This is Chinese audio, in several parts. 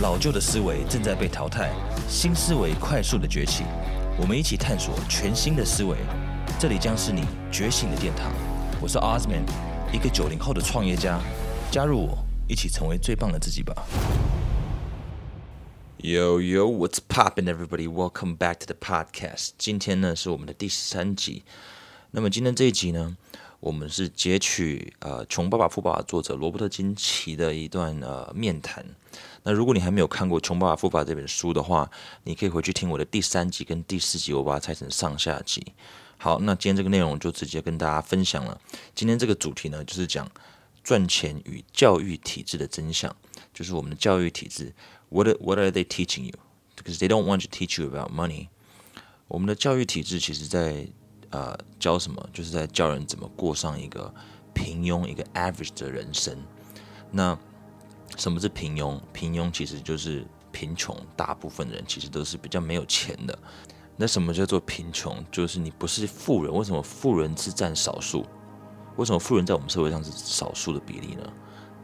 老旧的思维正在被淘汰，新思维快速的崛起。我们一起探索全新的思维，这里将是你觉醒的殿堂。我是 Osman， 一个90后的创业家。加入我，一起成为最棒的自己吧。Yo, what's poppin' everybody? Welcome back to the podcast. 今天呢是我们的第3集。那么今天这一集呢，我们是截取《穷爸爸富爸爸》作者罗伯特清崎的一段面谈。那如果你还没有看过《穷爸爸富爸爸》这本书的话，你可以回去听我的第3集跟第4集，我把它拆成上下集。好，那今天这个内容就直接跟大家分享了。今天这个主题呢，就是讲赚钱与教育体制的真相，就是我们的教育体制。What are they teaching you? Because they don't want to teach you about money. 我们的教育体制其实在教什么？就是在教人怎么过上一个平庸、一个 average 的人生。那什么是平庸？平庸其实就是贫穷，大部分人其实都是比较没有钱的。那什么叫做贫穷？就是你不是富人。为什么富人是占少数？为什么富人在我们社会上是少数的比例呢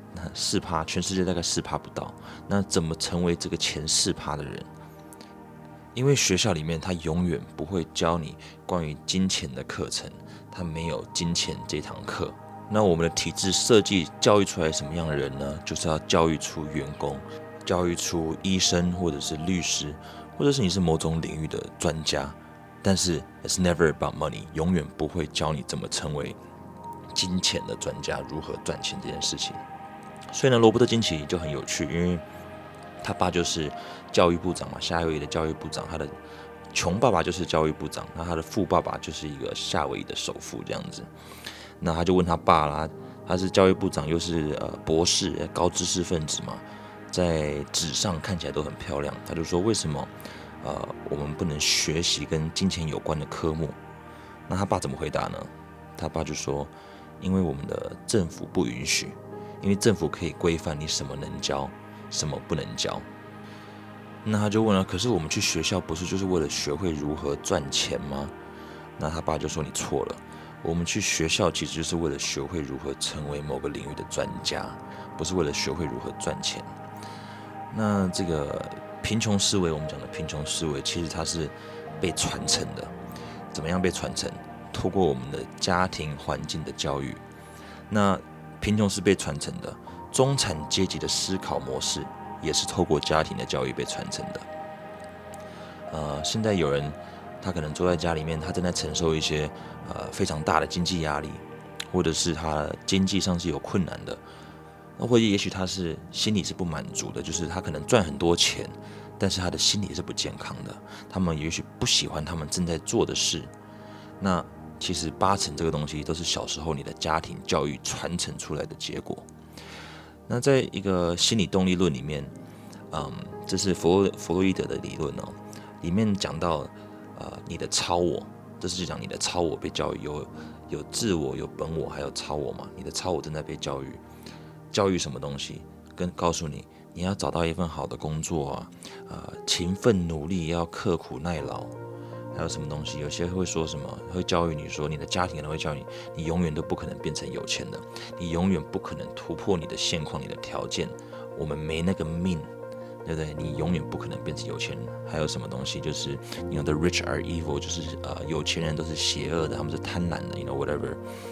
？4%，全世界大概4%不到。那怎么成为这个前4%的人？因为学校里面他永远不会教你关于金钱的课程，他没有金钱这堂课。那我们的体制设计教育出来什么样的人呢？就是要教育出员工，教育出医生或者是律师，或者是你是某种领域的专家。但是 it's never about money， 永远不会教你怎么成为金钱的专家，如何赚钱这件事情。所以呢，罗伯特清崎就很有趣，因为他爸就是教育部长嘛，夏威夷的教育部长，他的穷爸爸就是教育部长，那他的富爸爸就是一个夏威夷的首富这样子。那他就问他爸啦，他是教育部长又是博士，高知识分子嘛，在纸上看起来都很漂亮。他就说为什么我们不能学习跟金钱有关的科目？那他爸怎么回答呢？他爸就说，因为我们的政府不允许。因为政府可以规范你什么能教，什么不能教。那他就问了，可是我们去学校不是就是为了学会如何赚钱吗？那他爸就说你错了，我们去学校其实就是为了学会如何成为某个领域的专家，不是为了学会如何赚钱。那这个贫穷思维，我们讲的贫穷思维，其实它是被传承的。怎么样被传承？透过我们的家庭环境的教育。那贫穷是被传承的，中产阶级的思考模式也是透过家庭的教育被传承的。现在有人他可能坐在家里面，他正在承受一些非常大的经济压力，或者是他经济上是有困难的，或者也许他是心里是不满足的，就是他可能赚很多钱，但是他的心理是不健康的，他们也许不喜欢他们正在做的事。那其实80%这个东西都是小时候你的家庭教育传承出来的结果。那在一个心理动力论里面，这是弗洛伊德的理论哦，里面讲到你的超我，这是讲你的超我被教育，有自我、有本我，还有超我嘛。你的超我正在被教育，教育什么东西？告诉你，你要找到一份好的工作啊，勤奋努力，要刻苦耐劳。还有什么东西？有些会说什么？会教育你说，你的家庭可能会教育你，你永远都不可能变成有钱的，你永远不可能突破你的现况、你的条件。我们没那个命，对不对？你永远不可能变成有钱人。还有什么东西？就是 the rich are evil， 就是有钱人都是邪恶的，他们是贪婪的 whatever。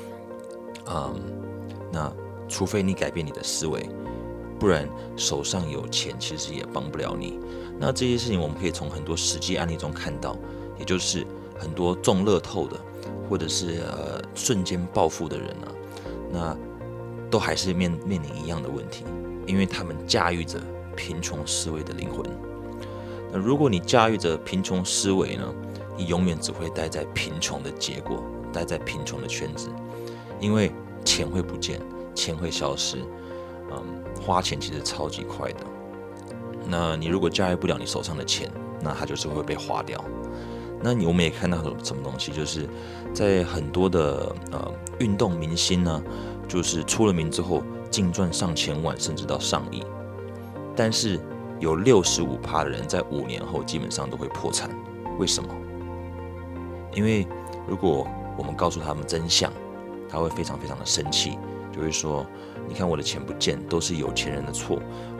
那除非你改变你的思维，不然手上有钱其实也帮不了你。那这些事情我们可以从很多实际案例中看到。也就是很多中乐透的，或者是瞬间暴富的人啊，那都还是面临一样的问题，因为他们驾驭着贫穷思维的灵魂。那如果你驾驭着贫穷思维呢，你永远只会待在贫穷的结果，待在贫穷的圈子，因为钱会不见，钱会消失，花钱其实超级快的。那你如果驾驭不了你手上的钱，那它就是会被花掉。那我们也看到什么东西，就是在很多的运动明星呢，就是出了名之后净赚上千万甚至到上亿，但是有65%的人在5年后基本上都会破产。为什么？因为如果我们告诉他们真相，他会非常非常的生气，就会说你看我的钱不见都是有钱人的错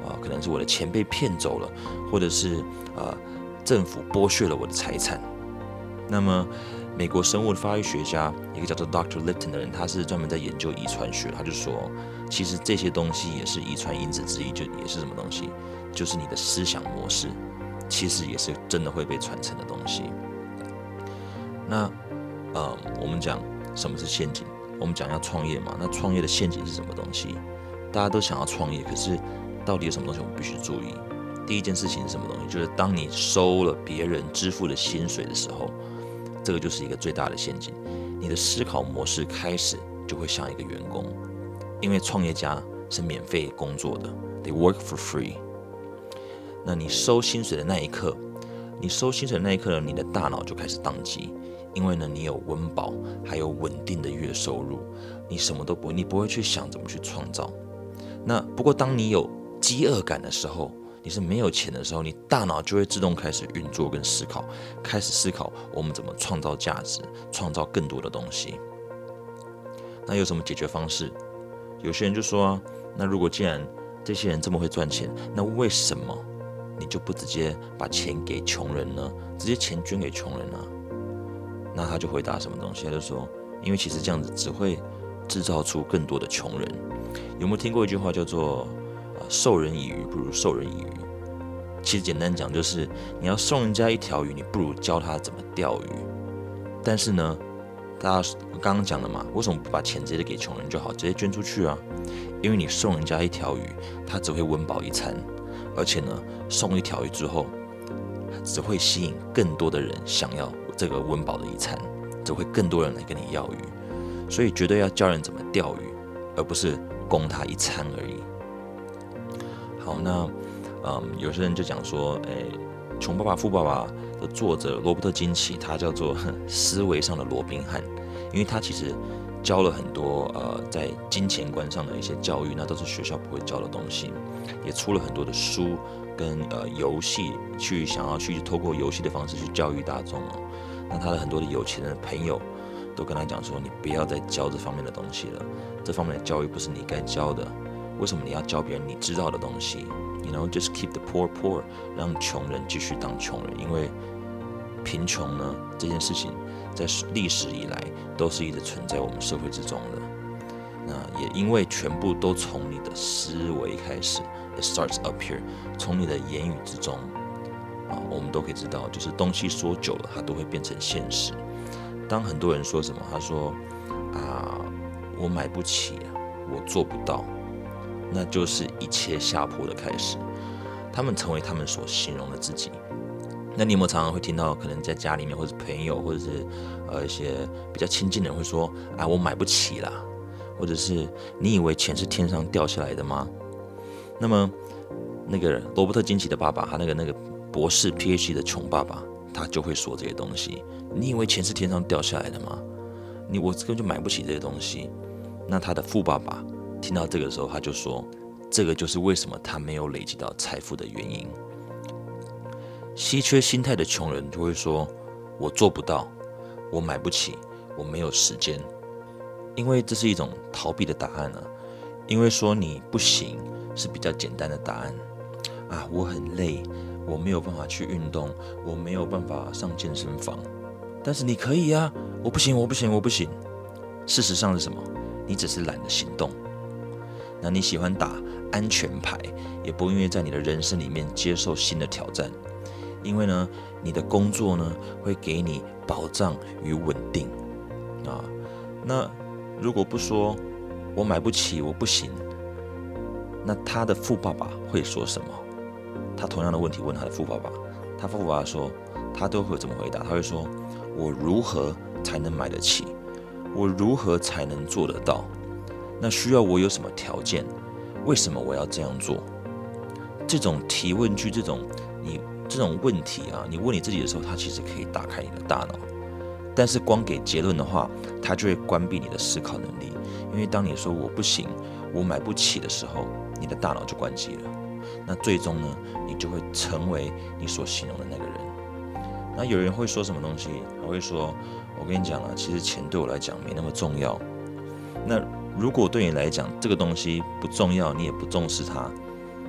可能是我的钱被骗走了，或者是政府剥削了我的财产。那么美国生物的发育学家，一个叫做 Dr. Lipton 的人，他是专门在研究遗传学，他就说，其实这些东西也是遗传因子之一，就也是什么东西，就是你的思想模式，其实也是真的会被传承的东西。那我们讲什么是陷阱？我们讲要创业嘛，那创业的陷阱是什么东西？大家都想要创业，可是到底有什么东西我们必须注意？第一件事情是什么东西？就是当你收了别人支付的薪水的时候，这个就是一个最大的陷阱。你的思考模式开始就会像一个员工，因为创业家是免费工作的 ，they work for free。那你收薪水的那一刻，你的大脑就开始宕机，因为呢，你有温饱，还有稳定的月收入，你什么都不会，你不会去想怎么去创造。那不过当你有饥饿感的时候，你是没有钱的时候，你大脑就会自动开始运作跟思考，开始思考我们怎么创造价值，创造更多的东西。那有什么解决方式？有些人就说啊，那如果既然这些人这么会赚钱，那为什么你就不直接把钱给穷人呢？直接钱捐给穷人呢？那他就回答什么东西？他就说，因为其实这样子只会制造出更多的穷人。有没有听过一句话叫做授人以鱼不如授人以渔？其实简单讲就是你要送人家一条鱼，你不如教他怎么钓鱼。但是呢，大家刚刚讲了嘛，为什么不把钱直接给穷人就好，直接捐出去啊？因为你送人家一条鱼，他只会温饱一餐，而且呢，送一条鱼之后，只会吸引更多的人想要这个温饱的一餐，只会更多人来跟你要鱼。所以绝对要教人怎么钓鱼，而不是供他一餐而已。好，那有些人就讲说，《穷爸爸富爸爸》的作者罗伯特清崎，他叫做思维上的罗宾汉，因为他其实教了很多在金钱观上的一些教育，那都是学校不会教的东西，也出了很多的书跟游戏，想要去透过游戏的方式去教育大众哦。那他的很多的有钱人的朋友都跟他讲说，你不要再教这方面的东西了，这方面的教育不是你该教的。为什么你要教别人你知道的东西？ just keep the poor poor， 让穷人继续当穷人。因为贫穷呢这件事情在历史以来都是一直存在我们社会之中的。那也因为全部都从你的思维开始 ，it starts up here， 从你的言语之中我们都可以知道，就是东西说久了它都会变成现实。当很多人说什么，他说我买不起我做不到，那就是一切下坡的开始。他们成为他们所形容的自己。那你有没有常常会听到，可能在家里面，或者是朋友，或者是一些比较亲近的人会说我买不起啦，或者是你以为钱是天上掉下来的吗？那么那个罗伯特清崎的爸爸，他那个博士 PhD 的穷爸爸，他就会说这些东西。你以为钱是天上掉下来的吗？我根本就买不起这些东西。那他的富爸爸听到这个时候，他就说，这个就是为什么他没有累积到财富的原因。稀缺心态的穷人就会说，我做不到，我买不起，我没有时间。因为这是一种逃避的答案因为说你不行是比较简单的答案我很累，我没有办法去运动，我没有办法上健身房。但是你可以我不行，我不行，我不行。事实上是什么？你只是懒得行动。那你喜欢打安全牌，也不愿意在你的人生里面接受新的挑战，因为呢，你的工作呢会给你保障与稳定那如果不说我买不起，我不行，那他的富爸爸会说什么？他同样的问题问他的富爸爸，他富爸爸说，他都会怎么回答？他会说，我如何才能买得起？我如何才能做得到？那需要我有什么条件？为什么我要这样做？这种提问句，这种问题你问你自己的时候，它其实可以打开你的大脑。但是光给结论的话，它就会关闭你的思考能力。因为当你说我不行，我买不起的时候，你的大脑就关机了。那最终呢，你就会成为你所形容的那个人。那有人会说什么东西？他会说，我跟你讲其实钱对我来讲没那么重要。那如果对你来讲这个东西不重要，你也不重视它，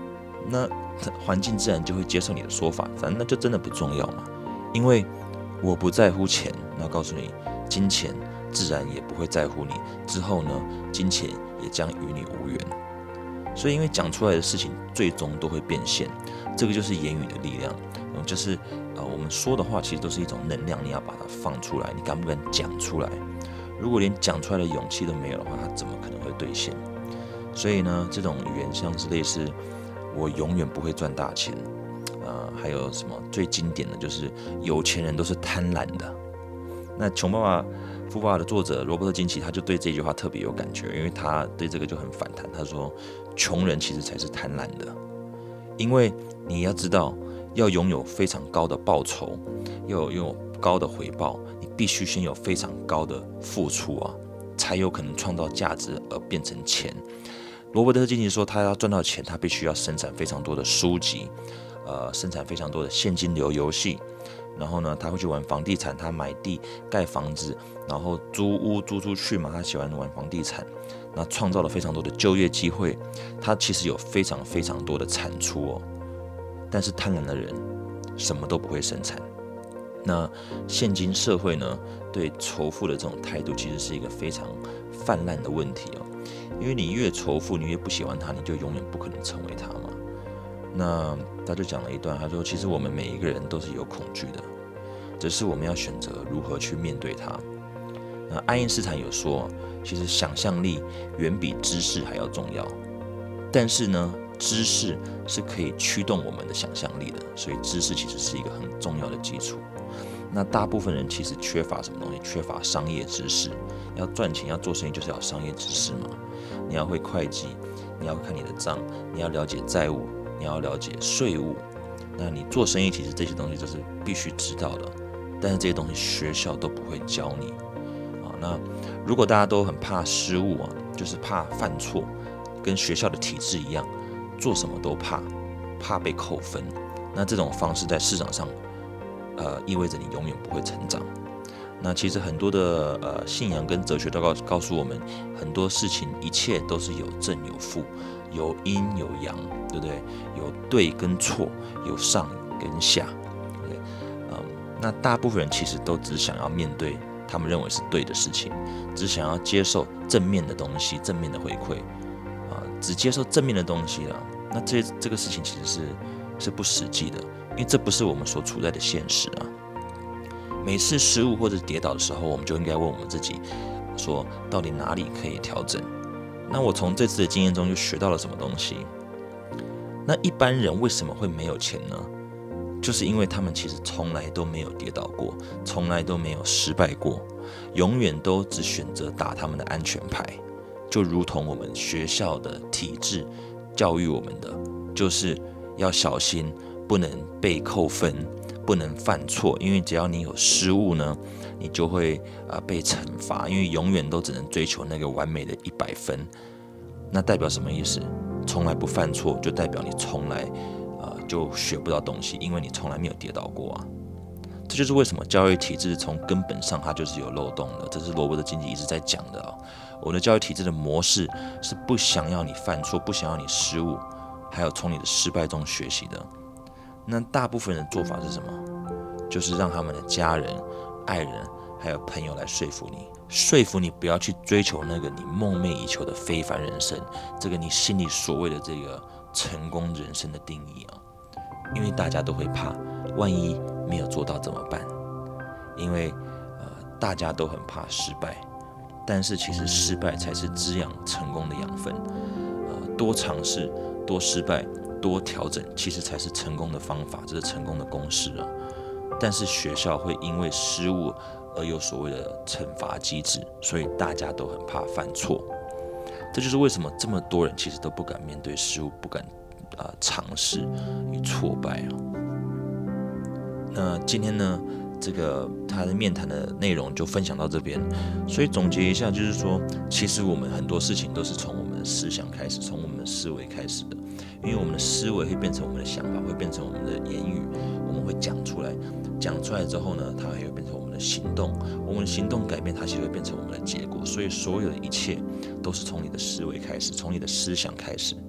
那环境自然就会接受你的说法，反正那就真的不重要嘛。因为我不在乎钱，那告诉你，金钱自然也不会在乎你。之后呢，金钱也将与你无缘。所以，因为讲出来的事情最终都会变现，这个就是言语的力量。就是我们说的话其实都是一种能量，你要把它放出来，你敢不敢讲出来？如果连讲出来的勇气都没有的话，它怎么可能会兑现？所以呢，这种语言像是类似我永远不会赚大钱，还有什么最经典的就是有钱人都是贪婪的。那《穷爸爸富爸爸》的作者罗伯特金奇他就对这句话特别有感觉，因为他对这个就很反弹。他说，穷人其实才是贪婪的，因为你要知道，要拥有非常高的报酬，要拥有高的回报，你必须先有非常高的付出啊，才有可能创造价值而变成钱。罗伯特金奇说，他要赚到钱，他必须要生产非常多的书籍，生产非常多的现金流游戏。然后呢，他会去玩房地产，他买地盖房子，然后租屋租出去嘛，他喜欢玩房地产，那创造了非常多的就业机会，他其实有非常非常多的产出哦。但是贪婪的人什么都不会生产。那现今社会呢，对仇富的这种态度其实是一个非常泛滥的问题哦。因为你越仇富，你越不喜欢他，你就永远不可能成为他嘛。那他就讲了一段，他说，其实我们每一个人都是有恐惧的，只是我们要选择如何去面对它。那爱因斯坦有说，其实想象力远比知识还要重要，但是呢，知识是可以驱动我们的想象力的，所以知识其实是一个很重要的基础。那大部分人其实缺乏什么东西？缺乏商业知识。要赚钱，要做生意，就是要有商业知识嘛。你要会会计，你要看你的账，你要了解债务，你要了解税务。那你做生意，其实这些东西都是必须知道的，但是这些东西学校都不会教你啊。那如果大家都很怕失误啊，就是怕犯错，跟学校的体制一样，做什么都怕被扣分，那这种方式在市场上，意味着你永远不会成长。那其实很多的信仰跟哲学都告诉我们，很多事情一切都是有正有负，有阴有阳，对不对？有对跟错，有上跟下，对不对？那大部分人其实都只想要面对他们认为是对的事情，只想要接受正面的东西，正面的回馈只接受正面的东西了。那这个事情其实是不实际的，因为这不是我们所处在的现实啊。每次失误或者跌倒的时候，我们就应该问我们自己，说到底哪里可以调整？那我从这次的经验中就学到了什么东西？那一般人为什么会没有钱呢？就是因为他们其实从来都没有跌倒过，从来都没有失败过，永远都只选择打他们的安全牌。就如同我们学校的体制教育我们的，就是要小心，不能被扣分，不能犯错，因为只要你有失误呢，你就会被惩罚，因为永远都只能追求那个完美的100分。那代表什么意思？从来不犯错，就代表你从来就学不到东西，因为你从来没有跌倒过啊。这就是为什么教育体制从根本上它就是有漏洞的，这是罗伯特金奇一直在讲的啊。我们的教育体制的模式是不想要你犯错，不想要你失误，还有从你的失败中学习的。那大部分人的做法是什么？就是让他们的家人、爱人还有朋友来说服你不要去追求那个你梦寐以求的非凡人生，这个你心里所谓的这个成功人生的定义啊。因为大家都会怕，万一没有做到怎么办？因为大家都很怕失败，但是其实失败才是滋养成功的养分。多尝试、多失败、多调整，其实才是成功的方法，这是成功的公式啊。但是学校会因为失误而有所谓的惩罚机制，所以大家都很怕犯错。这就是为什么这么多人其实都不敢面对失误，不敢尝试与挫败啊。那今天呢，这个他的面谈的内容就分享到这边。所以总结一下，就是说，其实我们很多事情都是从我们的思想开始，从我们的思维开始的。因为我们的思维会变成我们的想法，会变成我们的言语，我们会讲出来。讲出来之后呢，它也会变成我们的行动。我们的行动改变，它其实会变成我们的结果。所以所有的一切都是从你的思维开始，从你的思想开始。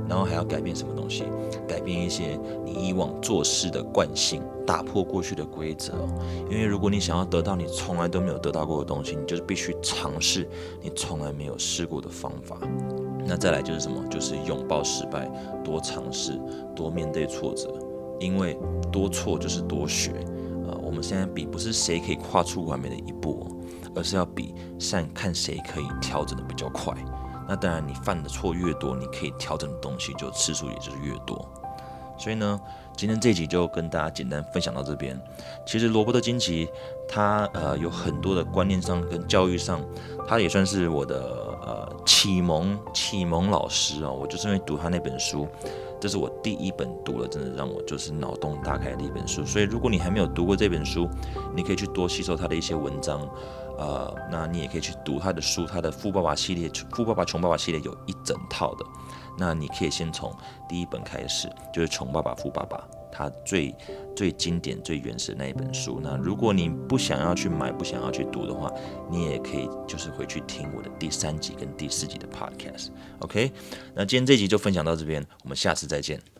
然后还要改变什么东西？改变一些你以往做事的惯性，打破过去的规则。因为如果你想要得到你从来都没有得到过的东西，你就是必须尝试你从来没有试过的方法。那再来就是什么？就是拥抱失败，多尝试，多面对挫折，因为多错就是多学。我们现在比不是谁可以跨出完美的一步，而是要比看谁可以调整的比较快。那当然，你犯的错越多，你可以调整的东西就次数也就是越多。所以呢，今天这一集就跟大家简单分享到这边。其实罗伯特金奇他有很多的观念上跟教育上，他也算是我的启蒙老师我就是因为读他那本书，这是我第一本读了，真的让我就是脑洞大开的一本书。所以如果你还没有读过这本书，你可以去多吸收他的一些文章。那你也可以去读他的书，他的富爸爸系列、富爸爸穷爸爸系列有一整套的。那你可以先从第一本开始，就是穷爸爸富爸爸，他最经典、最原始的那一本书。那如果你不想要去买、不想要去读的话，你也可以就是回去听我的第3集跟第4集的 podcast。OK， 那今天这集就分享到这边，我们下次再见。